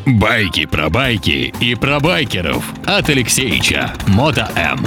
Байки про байки и про байкеров от Алексеича Мото-М.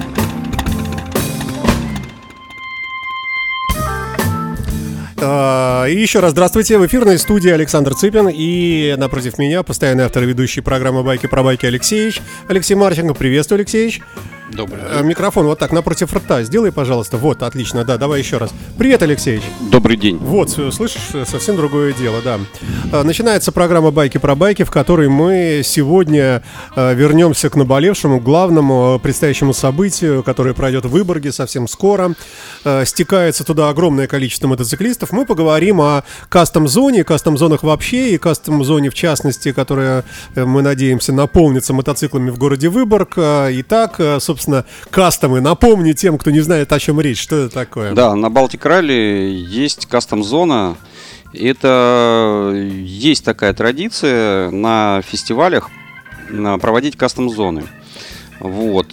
И еще раз здравствуйте, в эфирной студии Александр Цыпин. И напротив меня постоянный автор и ведущий программы «Байки про байки» Алексеич. Алексей Марченко, приветствую, Алексеич. Добрый день. Микрофон вот так напротив рта сделай, пожалуйста. Вот, отлично, да, давай еще раз. Привет, Алексеич. Добрый день. Вот, слышишь, совсем другое дело, да. Начинается программа «Байки про байки», в которой мы сегодня вернемся к наболевшему, главному предстоящему событию, которое пройдет в Выборге совсем скоро. Стекается туда огромное количество мотоциклистов. Мы поговорим о кастом-зоне, кастом-зонах вообще и кастом-зоне в частности, которая, мы надеемся, наполнится мотоциклами в городе Выборг. Итак, собственно, кастомы. Напомню тем, кто не знает, о чем речь, что это такое. Да, на Балтик Ралли есть кастом-зона. Это есть такая традиция на фестивалях проводить кастом-зоны. Вот.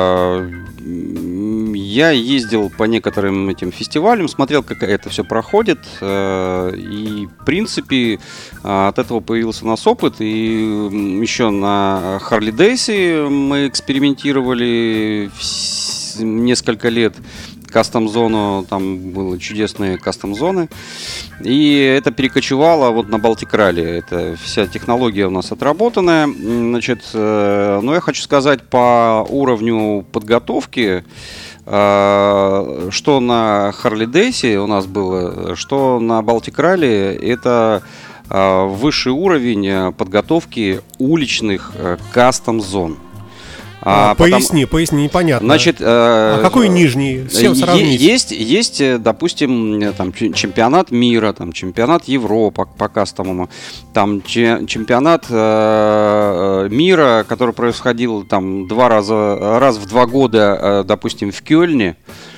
Я ездил по некоторым этим фестивалям, смотрел, как это все проходит. И, в принципе, от этого появился у нас опыт. И еще на Harley Days мы экспериментировали несколько лет. Кастом-зону, там были чудесные кастом-зоны. И это перекочевало вот на Балтик Ралли. Это вся технология у нас отработанная. Значит, но я хочу сказать по уровню подготовки, что на Harley Days у нас было, что на Балтик Ралли, это высший уровень подготовки уличных кастом-зон. Поясни, непонятно. Значит, какой нижний? С чем сравнить? Есть, допустим, там, чемпионат мира, там, чемпионат Европы по кастомому, там, чемпионат мира, который происходил там, раз в 2 года, допустим, в Кёльне.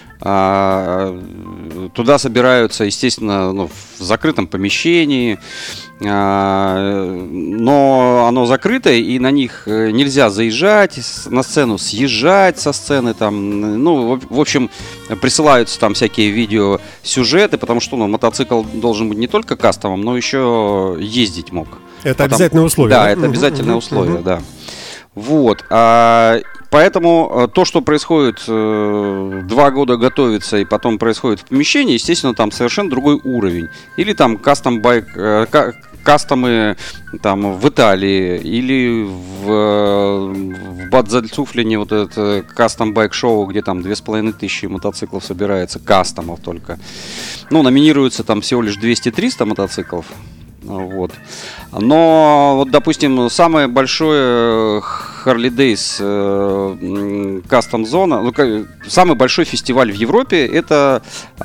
Туда собираются, естественно, в закрытом помещении, но оно закрытое, и на них нельзя заезжать на сцену, съезжать со сцены, там, ну, в общем, присылаются там всякие видеосюжеты, потому что мотоцикл должен быть не только кастомом, но еще ездить мог. Это обязательное условие. Да, это обязательное условие, да. Вот. Поэтому то, что происходит 2 года готовится и потом происходит в помещении, естественно, там совершенно другой уровень. Или там кастомы там в Италии, или в Бад-Зальцуфлине вот это кастом-байк-шоу, где там 2500 мотоциклов собирается, кастомов только. Ну, номинируется там всего лишь 200-300 мотоциклов. Вот. Но, вот, допустим, самое большое Harley Days кастом-зона, самый большой фестиваль в Европе, это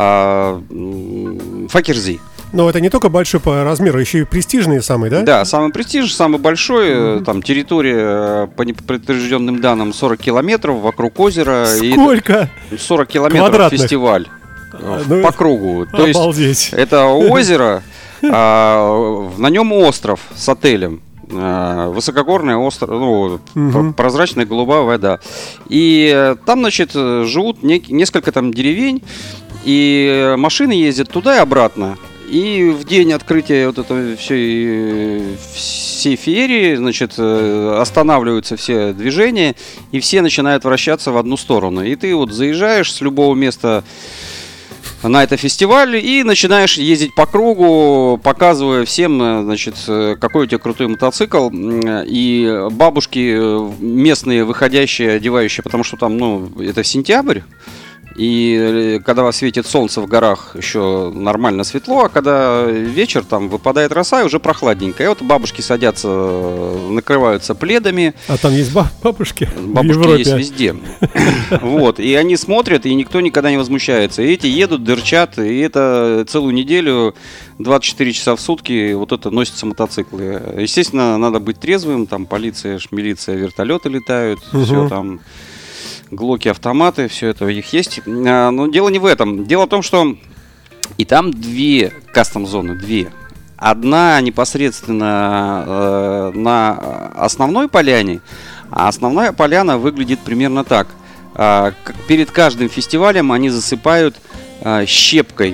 Факерзи. Но это не только большой по размеру, еще и престижный самый, да? Да, самый престижный, самый большой. Там территория, по неподтвержденным данным, 40 километров вокруг озера. Сколько? 40 километров квадратных? Фестиваль по кругу. То обалдеть. Есть это озеро, на нем остров с отелем. Высокогорный остров, прозрачная голубая вода. И там, значит, живут несколько там деревень, и машины ездят туда и обратно. И в день открытия вот этой всей феерии, значит, останавливаются все движения, и все начинают вращаться в одну сторону. И ты вот заезжаешь с любого места на это фестиваль и начинаешь ездить по кругу, показывая всем, значит, какой у тебя крутой мотоцикл. И бабушки местные, выходящие, одевающие, потому что там, это сентябрь. И когда светит солнце в горах, еще нормально светло, а когда вечер, там выпадает роса, и уже прохладненько. И вот бабушки садятся, накрываются пледами. А там есть бабушки? Бабушки есть везде. Вот. И они смотрят, и никто никогда не возмущается. И эти едут, дырчат, и это целую неделю, 24 часа в сутки вот это носятся мотоциклы. Естественно, надо быть трезвым, там полиция, милиция, вертолеты летают, все там... Глоки, автоматы, все это у них есть. Но дело не в этом. Дело в том, что и там 2 кастом-зоны, 2. Одна непосредственно на основной поляне, а основная поляна выглядит примерно так. Перед каждым фестивалем они засыпают щепкой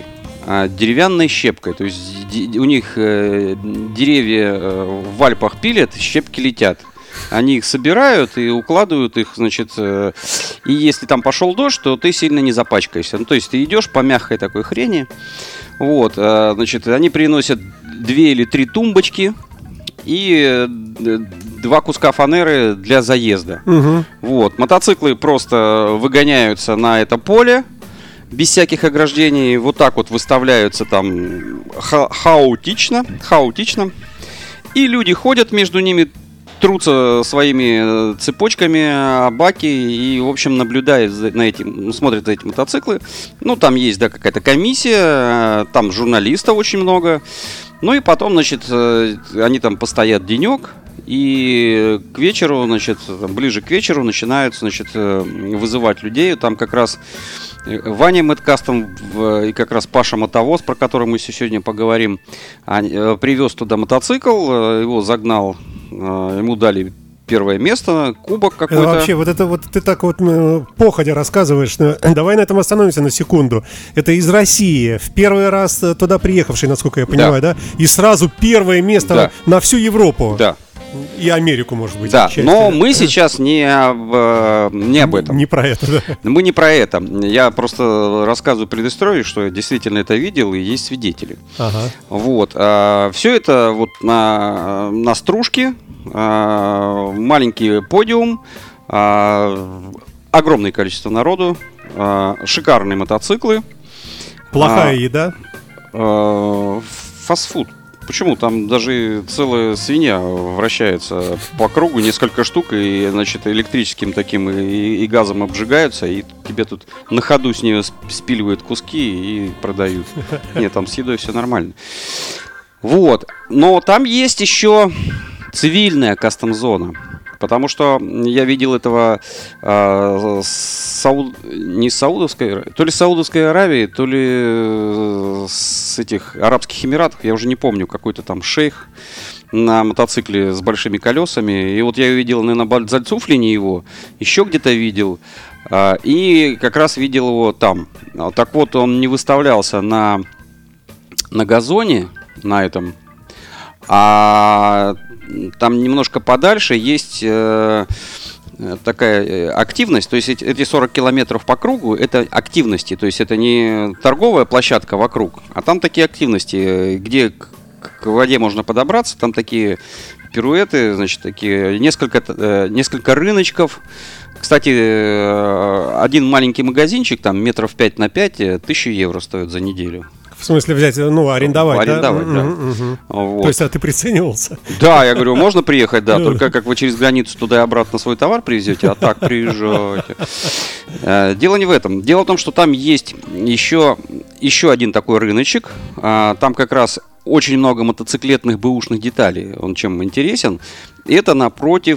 деревянной щепкой. То есть у них деревья в Альпах пилят, щепки летят. Они их собирают и укладывают их, значит, и если там пошел дождь, то ты сильно не запачкаешься. Ну, то есть ты идешь по мягкой такой хрени. Вот, значит, они приносят 2 или 3 тумбочки и 2 куска фанеры для заезда. Вот, мотоциклы просто выгоняются на это поле без всяких ограждений, вот так вот выставляются там хаотично, и люди ходят между ними, трутся своими цепочками баки и, в общем, наблюдают на этим, смотрят за эти мотоциклы. Ну, там есть, да, какая-то комиссия, там журналистов очень много. Ну и потом, значит, они там постоят денек, и к вечеру, значит, ближе к вечеру начинают, значит, вызывать людей. Там как раз Ваня Мэткастом и как раз Паша Мотовоз, про который мы сегодня поговорим, привез туда мотоцикл, его загнал, ему дали первое место, кубок какой-то. Вообще, вот это вот ты так вот походя рассказываешь. Давай на этом остановимся на секунду. Это из России, в первый раз туда приехавший, насколько я понимаю, да? И сразу первое место на всю Европу. Да. И Америку, может быть. Да, но мы сейчас не об этом. Не про это, да. Мы не про это. Я просто рассказываю предысторию, что я действительно это видел, и есть свидетели. Ага. Вот. Все это вот на стружке, маленький подиум, огромное количество народу, шикарные мотоциклы. Плохая еда? Фастфуд. Почему? Там даже целая свинья вращается по кругу, несколько штук, и, значит, электрическим таким и газом обжигаются, и тебе тут на ходу с нее спиливают куски и продают. Нет, там с едой все нормально. Вот. Но там есть еще цивильная кастом-зона. Потому что я видел этого не Саудовской, то ли Саудовской Аравии, то ли с этих Арабских Эмиратов, я уже не помню, какой-то там шейх на мотоцикле с большими колесами. И вот я видел на Бальцуфлине его, еще где-то видел, и как раз видел его там. Так вот, он не выставлялся на газоне, на этом, а там немножко подальше есть такая активность, то есть эти 40 километров по кругу, это активности, то есть это не торговая площадка вокруг, а там такие активности, где к воде можно подобраться, там такие пируэты, значит, такие несколько рыночков. Кстати, один маленький магазинчик, там метров 5 на 5, 1000 евро стоит за неделю. В смысле взять, арендовать, арендовать, да? Вот. То есть, ты приценивался? Да, я говорю, можно приехать, да, только как вы через границу туда и обратно свой товар привезете, а так приезжайте. Дело не в этом. Дело в том, что там есть еще один такой рыночек. Там как раз очень много мотоциклетных бэушных деталей. Он чем интересен? Это напротив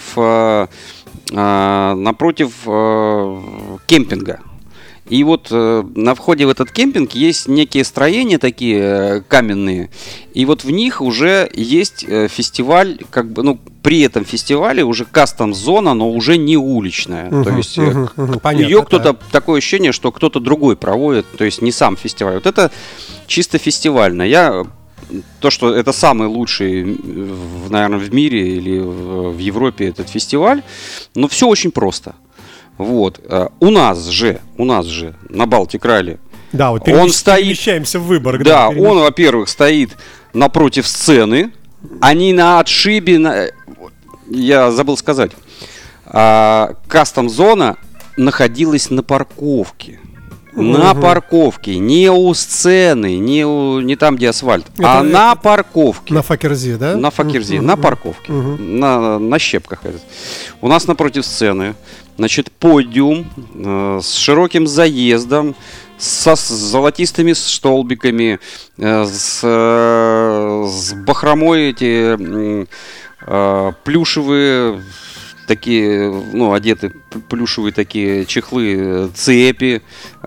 кемпинга. И вот на входе в этот кемпинг есть некие строения такие каменные, и вот в них уже есть фестиваль, как бы, при этом фестивале уже кастом-зона, но уже не уличная. То есть ее кто-то, такое ощущение, что кто-то другой проводит, то есть не сам фестиваль. Вот это чисто фестивально. То, что это самый лучший, наверное, в мире или в Европе этот фестиваль, но все очень просто. Вот. У нас же на Балтик-ралли. Да, вот перемещаемся в Выборг. Да, он, во-первых, стоит напротив сцены, а не на отшибе. Я забыл сказать. Кастом-зона находилась на парковке. На парковке, не у сцены, не там, где асфальт, а на парковке. На Факерзе, да? На Факерзе, на парковке, на щепках. У нас напротив сцены, значит, подиум с широким заездом, со золотистыми столбиками, с бахромой эти плюшевые, такие, одеты плюшевые такие чехлы, цепи,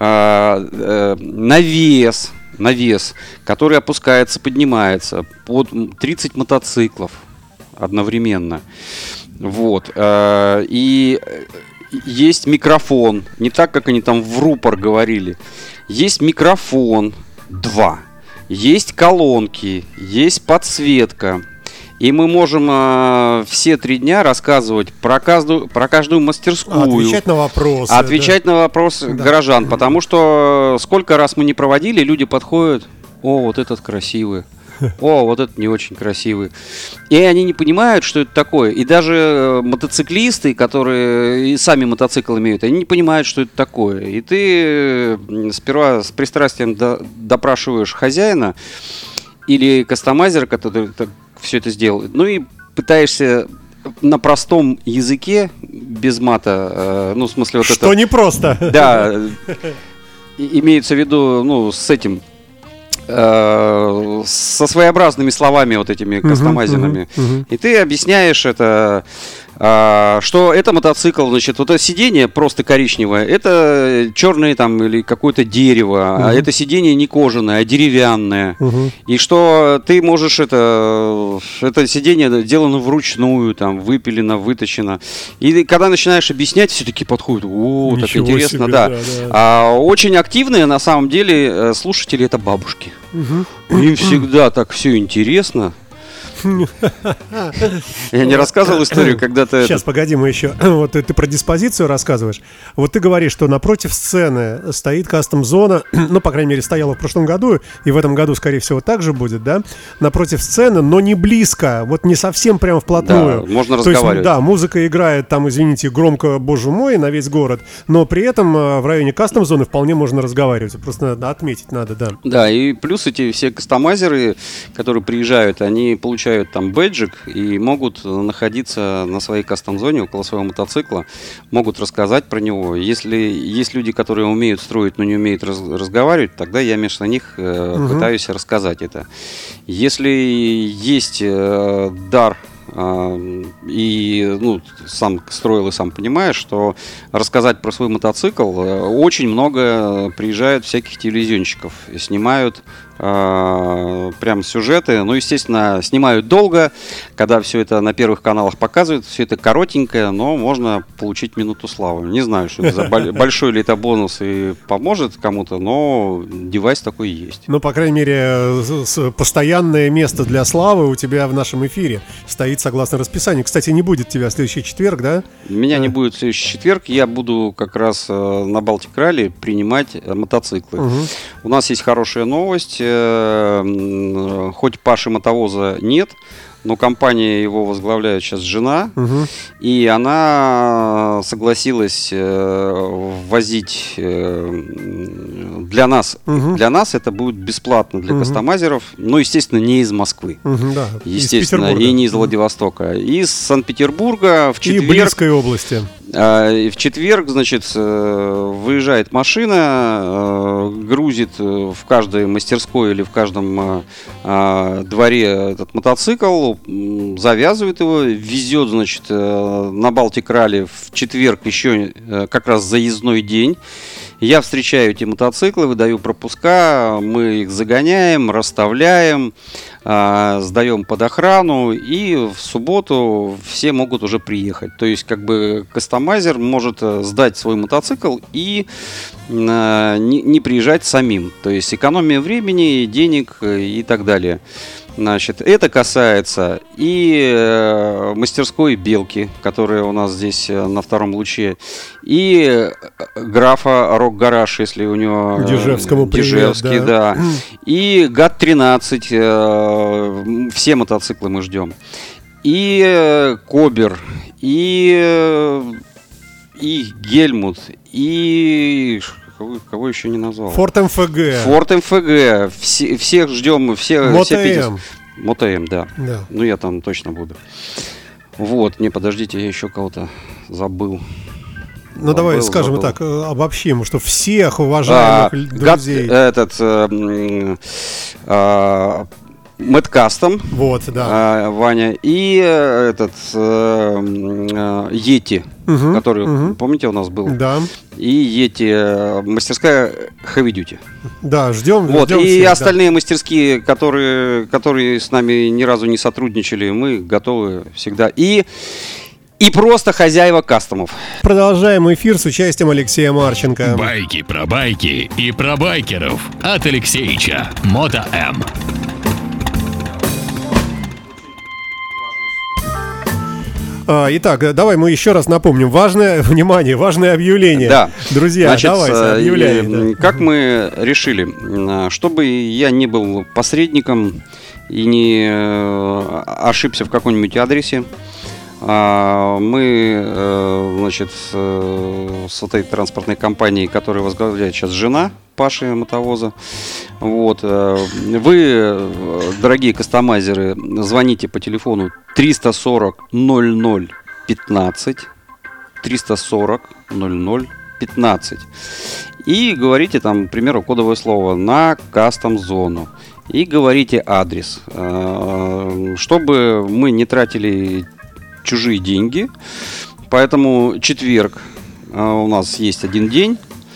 навес, который опускается, поднимается, под 30 мотоциклов одновременно. Вот. И есть микрофон, не так, как они там в рупор говорили. Есть микрофон 2. есть колонки, есть подсветка. И мы можем все 3 дня рассказывать про каждую мастерскую. Отвечать на вопросы. Отвечать на вопросы горожан. Потому что сколько раз мы не проводили, люди подходят: о, вот этот красивый. О, вот этот не очень красивый. И они не понимают, что это такое. И даже мотоциклисты, которые и сами мотоцикл имеют, они не понимают, что это такое. И ты сперва с пристрастием допрашиваешь хозяина или кастомайзера, который все это сделал. Ну и пытаешься на простом языке, без мата, ну, в смысле, вот что это... Что непросто. Да, имеется в виду, ну, с этим... со своеобразными словами вот этими кастомайзерными. И ты объясняешь это, что это мотоцикл, значит, вот это сиденье просто коричневое, это черное там или какое-то дерево, а это сиденье не кожаное, а деревянное. И что ты можешь это сиденье сделано вручную, там, выпилено, выточено. И когда начинаешь объяснять, все таки подходят: о, так интересно, себе, да. да. А очень активные, на самом деле, слушатели — это бабушки. Им всегда так все интересно. Я не рассказывал историю, когда ты... Сейчас, погоди, мы еще... Вот ты про диспозицию рассказываешь. Вот ты говоришь, что напротив сцены стоит кастом-зона, ну, по крайней мере, стояла в прошлом году, и в этом году, скорее всего, так же будет, да? Напротив сцены, но не близко, вот не совсем прямо вплотную. Да, можно разговаривать. То есть, да, музыка играет там, извините, громко, боже мой, на весь город, но при этом в районе кастом-зоны вполне можно разговаривать. Просто отметить надо, да. Да, и плюс эти все кастомайзеры, которые приезжают, они получают там бэджик и могут находиться на своей кастом-зоне около своего мотоцикла, могут рассказать про него. Если есть люди, которые умеют строить, но не умеют разговаривать, тогда я вместо них пытаюсь рассказать это. Если есть дар и, ну, сам строил и сам понимаешь, что рассказать про свой мотоцикл, очень много приезжают всяких телевизионщиков, снимают прям сюжеты, ну, естественно, снимают долго, когда все это на первых каналах показывают, все это коротенькое, но можно получить минуту славы. Не знаю, что это за большой ли это бонус и поможет кому-то, но девайс такой есть. Ну, по крайней мере, постоянное место для славы у тебя в нашем эфире стоит согласно расписанию. Кстати, не будет тебя в следующий четверг, да? Меня не будет в следующий четверг, я буду как раз на Балтик Ралли принимать мотоциклы. У нас есть хорошая новость. Хоть Паши Мотовоза нет, но компания его возглавляет сейчас жена, и она согласилась возить для нас. Для нас это будет бесплатно, для кастомайзеров, но, естественно, не из Москвы. Да, естественно, и не из Владивостока. Из Санкт-Петербурга в четверг. И Брестской области. В четверг, значит, выезжает машина, грузит в каждой мастерской или в каждом дворе этот мотоцикл, завязывает его, везет, значит, на Балтик Ралли в четверг, еще как раз заездной день. Я встречаю эти мотоциклы, выдаю пропуска, мы их загоняем, расставляем, сдаем под охрану, и в субботу все могут уже приехать. То есть, как бы, кастомайзер может сдать свой мотоцикл и не приезжать самим. То есть, экономия времени, денег и так далее. Значит, это касается и мастерской «Белки», которая у нас здесь на втором луче, и графа «Рок-гараж», если у него Дежевский, да. И ГАТ-13, все мотоциклы мы ждем. И Кобер, и Гельмут, и... Кого еще не назвал? Форд МФГ. Форд МФГ. Всех ждем. МоТМ. МоТМ, да. Ну, я там точно буду. Вот, подождите, я еще кого-то забыл. Ну, давай скажем так, обобщим, что всех уважаемых друзей. Мэтт Кастом, вот, да. Ваня, и Йети, который, помните, у нас был? Да. И Йети, мастерская Heavy Duty. Да, ждем. Вот, ждем и всех, остальные мастерские, которые с нами ни разу не сотрудничали, мы готовы всегда. И и просто хозяева кастомов. Продолжаем эфир с участием Алексея Марченко. Байки про байки и про байкеров от Алексеича. Мото М. Итак, давай мы еще раз напомним. Важное объявление. Да. Друзья, Значит, давайте, объявляй. как мы решили, чтобы я не был посредником и не ошибся в каком-нибудь адресе, мы, значит, с этой транспортной компанией, которую возглавляет сейчас жена Паши Мотовоза, вот, вы, дорогие кастомайзеры, звоните по телефону 340 00 15, 340 00 15 и говорите там, к примеру, кодовое слово на кастом-зону и говорите адрес, чтобы мы не тратили чужие деньги. Поэтому четверг у нас есть один день.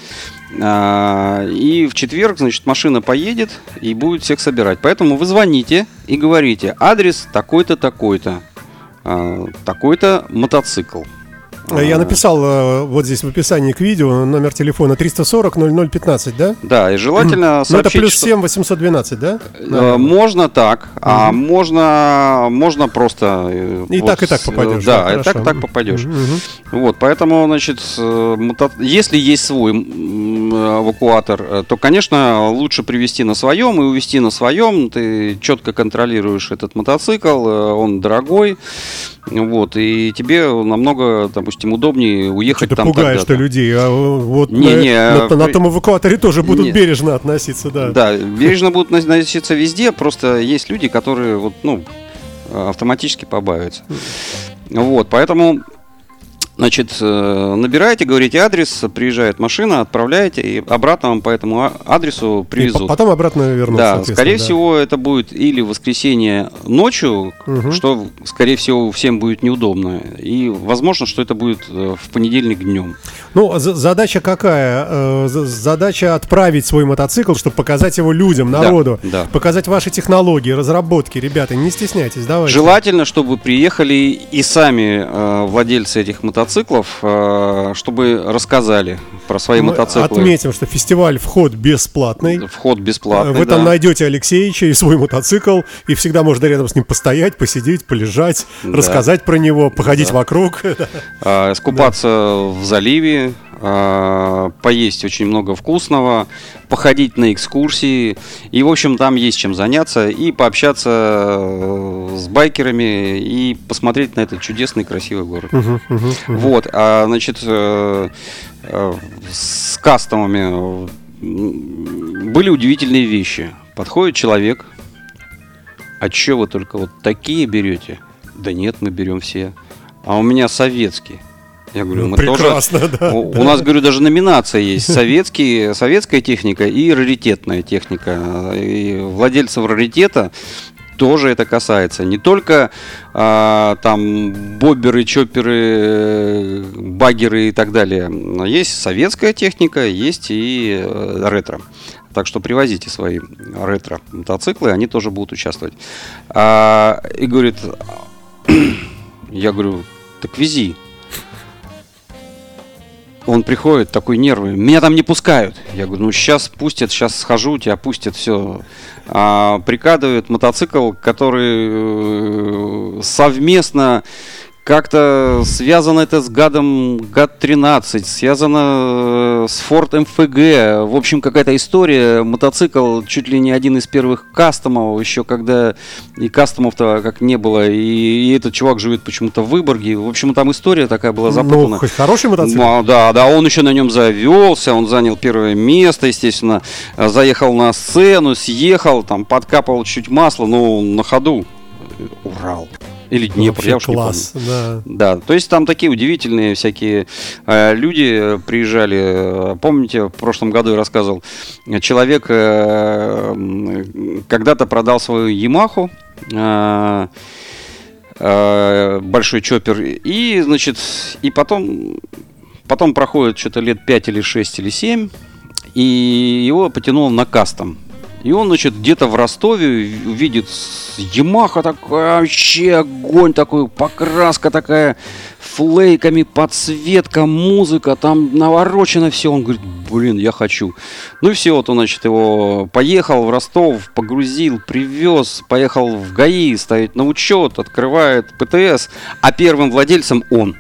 И в четверг, значит, машина поедет и будет всех собирать. Поэтому вы звоните и говорите: адрес такой-то, такой-то, такой-то мотоцикл. Я написал вот здесь в описании к видео номер телефона 340 00 15, да? Да, и желательно сообщить, это плюс 7 812, да? Можно так, а можно просто... И вот, так попадешь. Да, и так попадешь. Вот, поэтому, значит, если есть свой эвакуатор, то, конечно, лучше привезти на своем и увезти на своем. Ты четко контролируешь этот мотоцикл, он дорогой. Вот, и тебе намного, допустим, удобнее уехать ты там. Ты пугаешь тогда-то. людей, а вот на том эвакуаторе тоже будут бережно относиться, да. Да, бережно будут относиться везде, просто есть люди, которые вот, автоматически побаиваются. Вот, поэтому, значит, набираете, говорите адрес, приезжает машина, отправляете, и обратно вам по этому адресу привезут. И потом обратно вернут. Да, скорее всего, это будет или в воскресенье ночью, что, скорее всего, всем будет неудобно. И возможно, что это будет в понедельник днем. Ну, задача какая? Задача отправить свой мотоцикл, чтобы показать его людям, народу. Да. Показать ваши технологии, разработки. Ребята, не стесняйтесь, давайте. Желательно, чтобы приехали и сами владельцы этих мотоциклов, чтобы рассказали про свои мотоциклы. Отметим, что фестиваль вход бесплатный. Вход бесплатный. Вы там найдете Алексеича и свой мотоцикл, и всегда можно рядом с ним постоять, посидеть, полежать, рассказать про него, походить вокруг. Искупаться в заливе, поесть очень много вкусного, походить на экскурсии. И, в общем, там есть чем заняться и пообщаться с байкерами и посмотреть на этот чудесный красивый город. Вот, значит, с кастомами были удивительные вещи. Подходит человек: а че вы только вот такие берете? Да нет, мы берем все. А у меня советский. Я говорю, мы прекрасно, тоже... Да. У нас, говорю, даже номинация есть. Советская техника и раритетная техника. И владельцев раритета тоже это касается. Не только там бобберы, чопперы, баггеры и так далее. Но есть советская техника, есть и ретро. Так что привозите свои ретро-мотоциклы, они тоже будут участвовать. И говорит, я говорю, так вези. Он приходит, такой нервный, меня там не пускают. Я говорю, сейчас пустят, сейчас схожу, тебя пустят, все. Прикладывает мотоцикл, который совместно как-то связано это с ГАД-13, связано с Ford MFG. В общем, какая-то история. Мотоцикл чуть ли не один из первых кастомов, еще когда и кастомов-то как не было. И этот чувак живет почему-то в Выборге. В общем, там история такая была запутана. Ну, хоть хороший мотоцикл. Да, он еще на нем завелся, он занял первое место, естественно. Заехал на сцену, съехал, там подкапал чуть масла, но на ходу. Урал. Или Днепр, я уж класс, не помню. Да. Да, то есть там такие удивительные всякие люди приезжали. Помните, в прошлом году я рассказывал, человек когда-то продал свою Ямаху, большой чоппер, и, значит, и потом проходит что-то лет 5 или 6 или 7, и его потянуло на кастом. И он, значит, где-то в Ростове видит Ямаха такая, вообще огонь такой, покраска такая, флейками, подсветка, музыка, там наворочено все. Он говорит, блин, я хочу. Ну и все, вот он, значит, его поехал в Ростов, погрузил, привез, поехал в ГАИ ставить на учет, открывает ПТС, а первым владельцем он.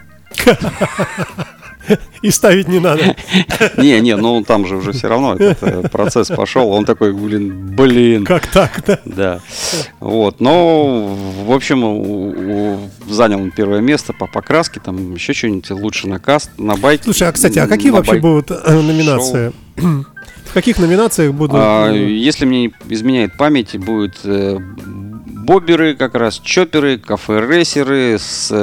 И ставить не надо. Не, ну там же уже все равно этот процесс пошел. Он такой, блин. Как так, да? Да. Вот, но, в общем, занял он первое место по покраске, там еще что-нибудь лучше на каст, на байк. Слушай, а, кстати, а какие вообще будут номинации? В каких номинациях будут? Если мне не изменяет память, будет боберы, как раз чоперы, кафе-рейсеры,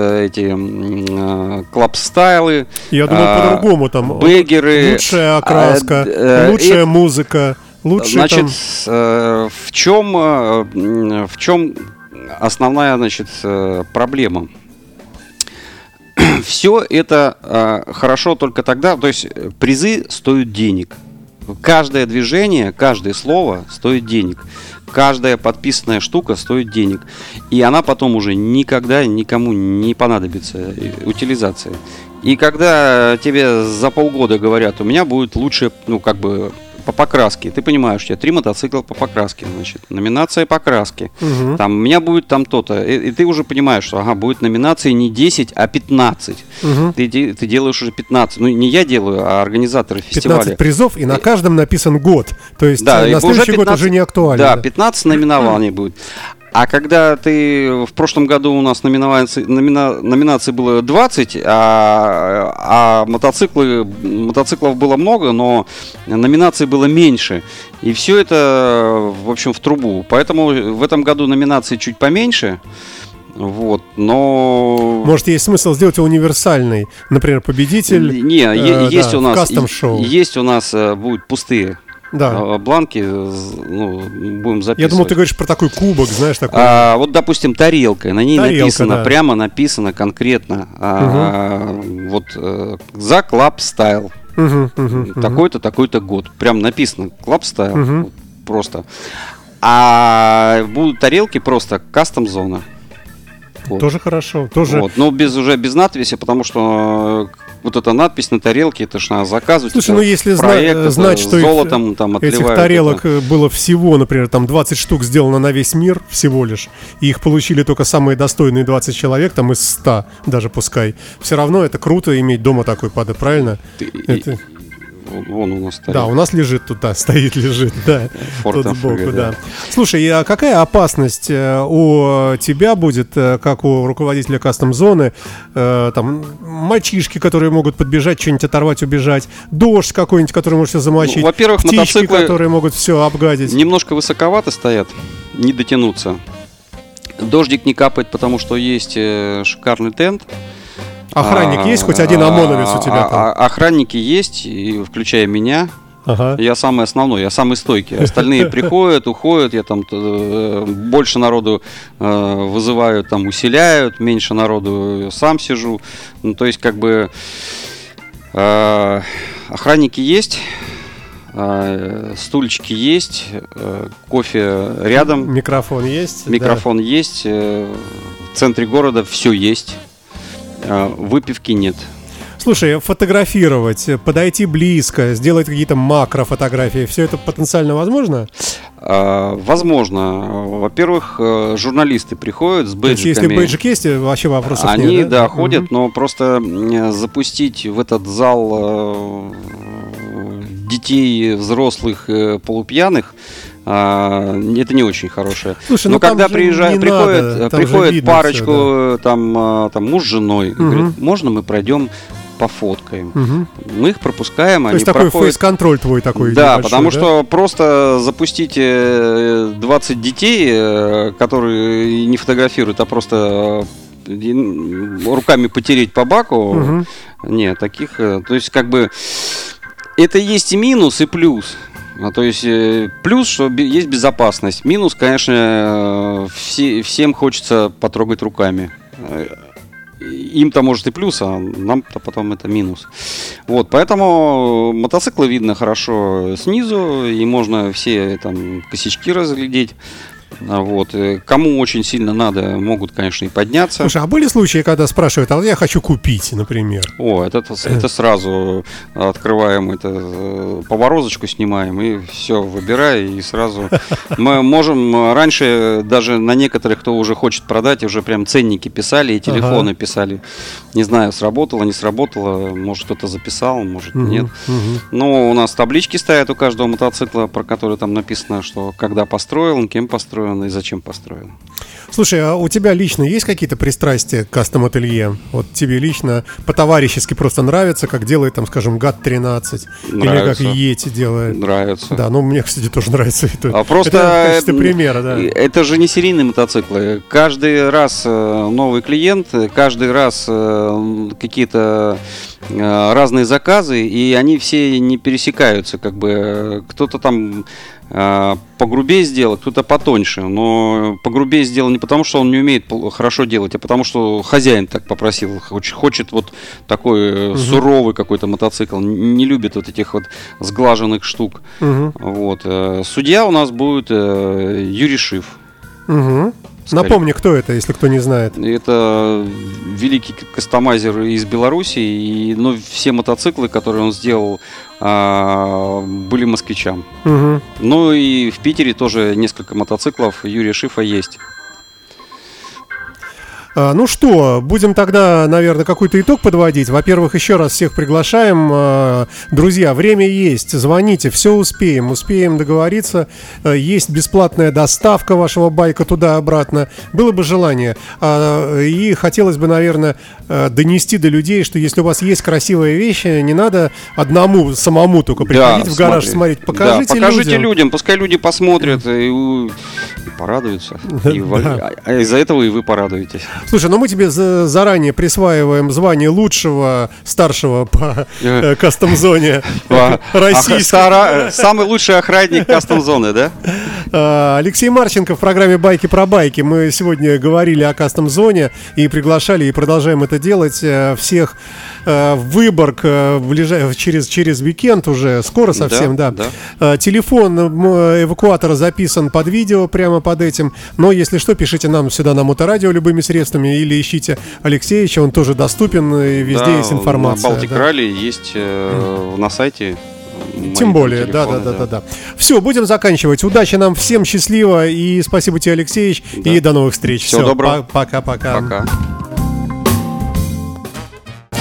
клаб-стайлы. Я думаю, по-другому там. Бэггеры. Лучшая окраска, лучшая музыка. Лучшая, значит, в чем основная, значит, проблема? Все это хорошо только тогда, то есть призы стоят денег. Каждое движение, каждое слово стоит денег. Каждая подписанная штука стоит денег. И она потом уже никогда никому не понадобится, утилизация. И когда тебе за полгода говорят, у меня будет лучше, ну, как бы, по покраске. Ты понимаешь, у тебя 3 мотоцикла по покраске, значит, номинация покраски. Угу. Там у меня будет там то-то. И ты уже понимаешь, что ага, будет номинации не 10, а 15. Угу. Ты делаешь уже 15. Ну, не я делаю, а организаторы фестиваля. 15 призов, и на каждом написан год. То есть да, на следующий год уже не актуально. Да, 15 номинований будет. А когда ты в прошлом году у нас номинаций было 20, а мотоциклов было много, но номинаций было меньше. И все это, в общем, в трубу. Поэтому в этом году номинаций чуть поменьше. Вот, но... Может, есть смысл сделать его универсальный. Например, победитель. Есть у нас кастом-шоу. Есть у нас будут пустые. Да. Бланки, ну, будем записывать. Я думал, ты говоришь про такой кубок, знаешь, такой. Вот, допустим, тарелка, на ней написано, да. прямо написано конкретно, вот за Club Style. Такой-то, такой-то год. Прям написано Club Style. Вот, просто. А будут тарелки просто кастом-зона. Вот. Тоже хорошо. Тоже... Вот. Но уже без надписи, потому что вот эта надпись на тарелке, это ж надо заказывать. Слушай, ну если знать, что золотом, там, этих тарелок было всего, например, там 20 штук сделано на весь мир всего лишь, и их получили только самые достойные 20 человек, там из 100 даже пускай, все равно это круто иметь дома такой ПАД, правильно? Вон у нас стоит. Да, у нас лежит тут, да, лежит, да, тут сбоку, да. Слушай, а какая опасность у тебя будет, как у руководителя кастом-зоны, там, мальчишки, которые могут подбежать, что-нибудь оторвать, убежать, дождь какой-нибудь, который может все замочить, ну, во-первых, птички, мотоциклы которые могут все обгадить. Немножко высоковато стоят, не дотянуться. Дождик не капает, потому что есть шикарный тент. Охранник есть? Хоть один ОМОНовец у тебя там? Охранники есть, включая меня. Ага. Я самый основной, я самый стойкий. Остальные приходят, уходят, я там больше народу вызываю, там усиляют, меньше народу сам сижу. Ну, то есть, как бы, охранники есть, стульчики есть, кофе рядом. Микрофон есть? Микрофон есть, в центре города все есть. Выпивки нет. Слушай, фотографировать, подойти близко, сделать какие-то макрофотографии, все это потенциально возможно? Возможно. Во-первых, журналисты приходят с бейджиками. Если бейджик есть, вообще вопросов нет. Они, да, ходят, но просто запустить в этот зал детей, взрослых, полупьяных, это не очень хорошее. Слушай, но когда приходит парочку, все, да. там муж с женой, говорит, можно мы пройдем пофоткаем. Мы их пропускаем, то они есть такой проходят... фейс-контроль твой такой. Да, небольшой, потому что просто запустите 20 детей, которые не фотографируют, а просто руками потереть по баку. Нет, таких... То есть, как бы, это есть и минус, и плюс. То есть плюс, что есть безопасность. Минус, конечно, всем хочется потрогать руками. им-то может и плюс, а нам-то потом это минус. Вот, поэтому мотоциклы видно хорошо снизу, и можно все там косячки разглядеть. Вот. Кому очень сильно надо, могут, конечно, и подняться. Слушай, а были случаи, когда спрашивают, а я хочу купить, например? Это сразу открываем, это поворозочку снимаем и все, выбираем, и сразу мы можем, раньше даже на некоторых, кто уже хочет продать, уже прям ценники писали и телефоны писали. Не знаю, сработало, не сработало, может кто-то записал, может нет. Но у нас таблички стоят у каждого мотоцикла, про которые там написано, что когда построен, кем построен и зачем построен. Слушай, а у тебя лично есть какие-то пристрастия к кастом-ателье? Вот тебе лично по-товарищески просто нравится, как делает, там, скажем, ГАТ-13? Или как Йети делает? Нравится. Да, ну мне, кстати, тоже нравится. Просто это в качестве примера, да. Это же не серийные мотоциклы. Каждый раз новый клиент, каждый раз какие-то разные заказы, и они все не пересекаются. Как бы кто-то там погрубее сделал, кто-то потоньше. Но погрубее сделал не потому, что он не умеет хорошо делать, а потому, что хозяин так попросил. Хочет вот такой суровый какой-то мотоцикл. Не любит вот этих вот сглаженных штук. Вот. Судья у нас будет Юрий Шиф. Напомни, кто это, если кто не знает. Это великий кастомайзер из Беларуси. И, все мотоциклы, которые он сделал, были москвичам. Ну и в Питере тоже несколько мотоциклов Юрия Шифа есть. Ну что, будем тогда, наверное, какой-то итог подводить. Во-первых, еще раз всех приглашаем. Друзья, время есть, звоните, все успеем договориться. Есть бесплатная доставка вашего байка туда-обратно. Было бы желание. И хотелось бы, наверное, донести до людей, что если у вас есть красивые вещи, не надо одному самому только приходить в гараж смотреть. Покажите людям, пускай люди посмотрят и порадуются. А из-за этого и вы порадуетесь. Слушай, мы тебе заранее присваиваем звание лучшего старшего по кастом-зоне российского. Самый лучший охранник кастом-зоны, да? Алексей Марченко в программе «Байки про байки». Мы сегодня говорили о кастом-зоне и приглашали, и продолжаем это делать всех в Выборг через уикенд уже, скоро совсем, да. Телефон эвакуатора записан под видео, прямо под этим. Но если что, пишите нам сюда на Моторадио любыми средствами или ищите Алексеевича, он тоже доступен, и везде есть информация. На Балтик Ралли есть на сайте. Тем более, да. Все, будем заканчивать. Удачи нам всем, счастливо, и спасибо тебе, Алексеевич, и до новых встреч. Всего доброго. Пока-пока. Пока.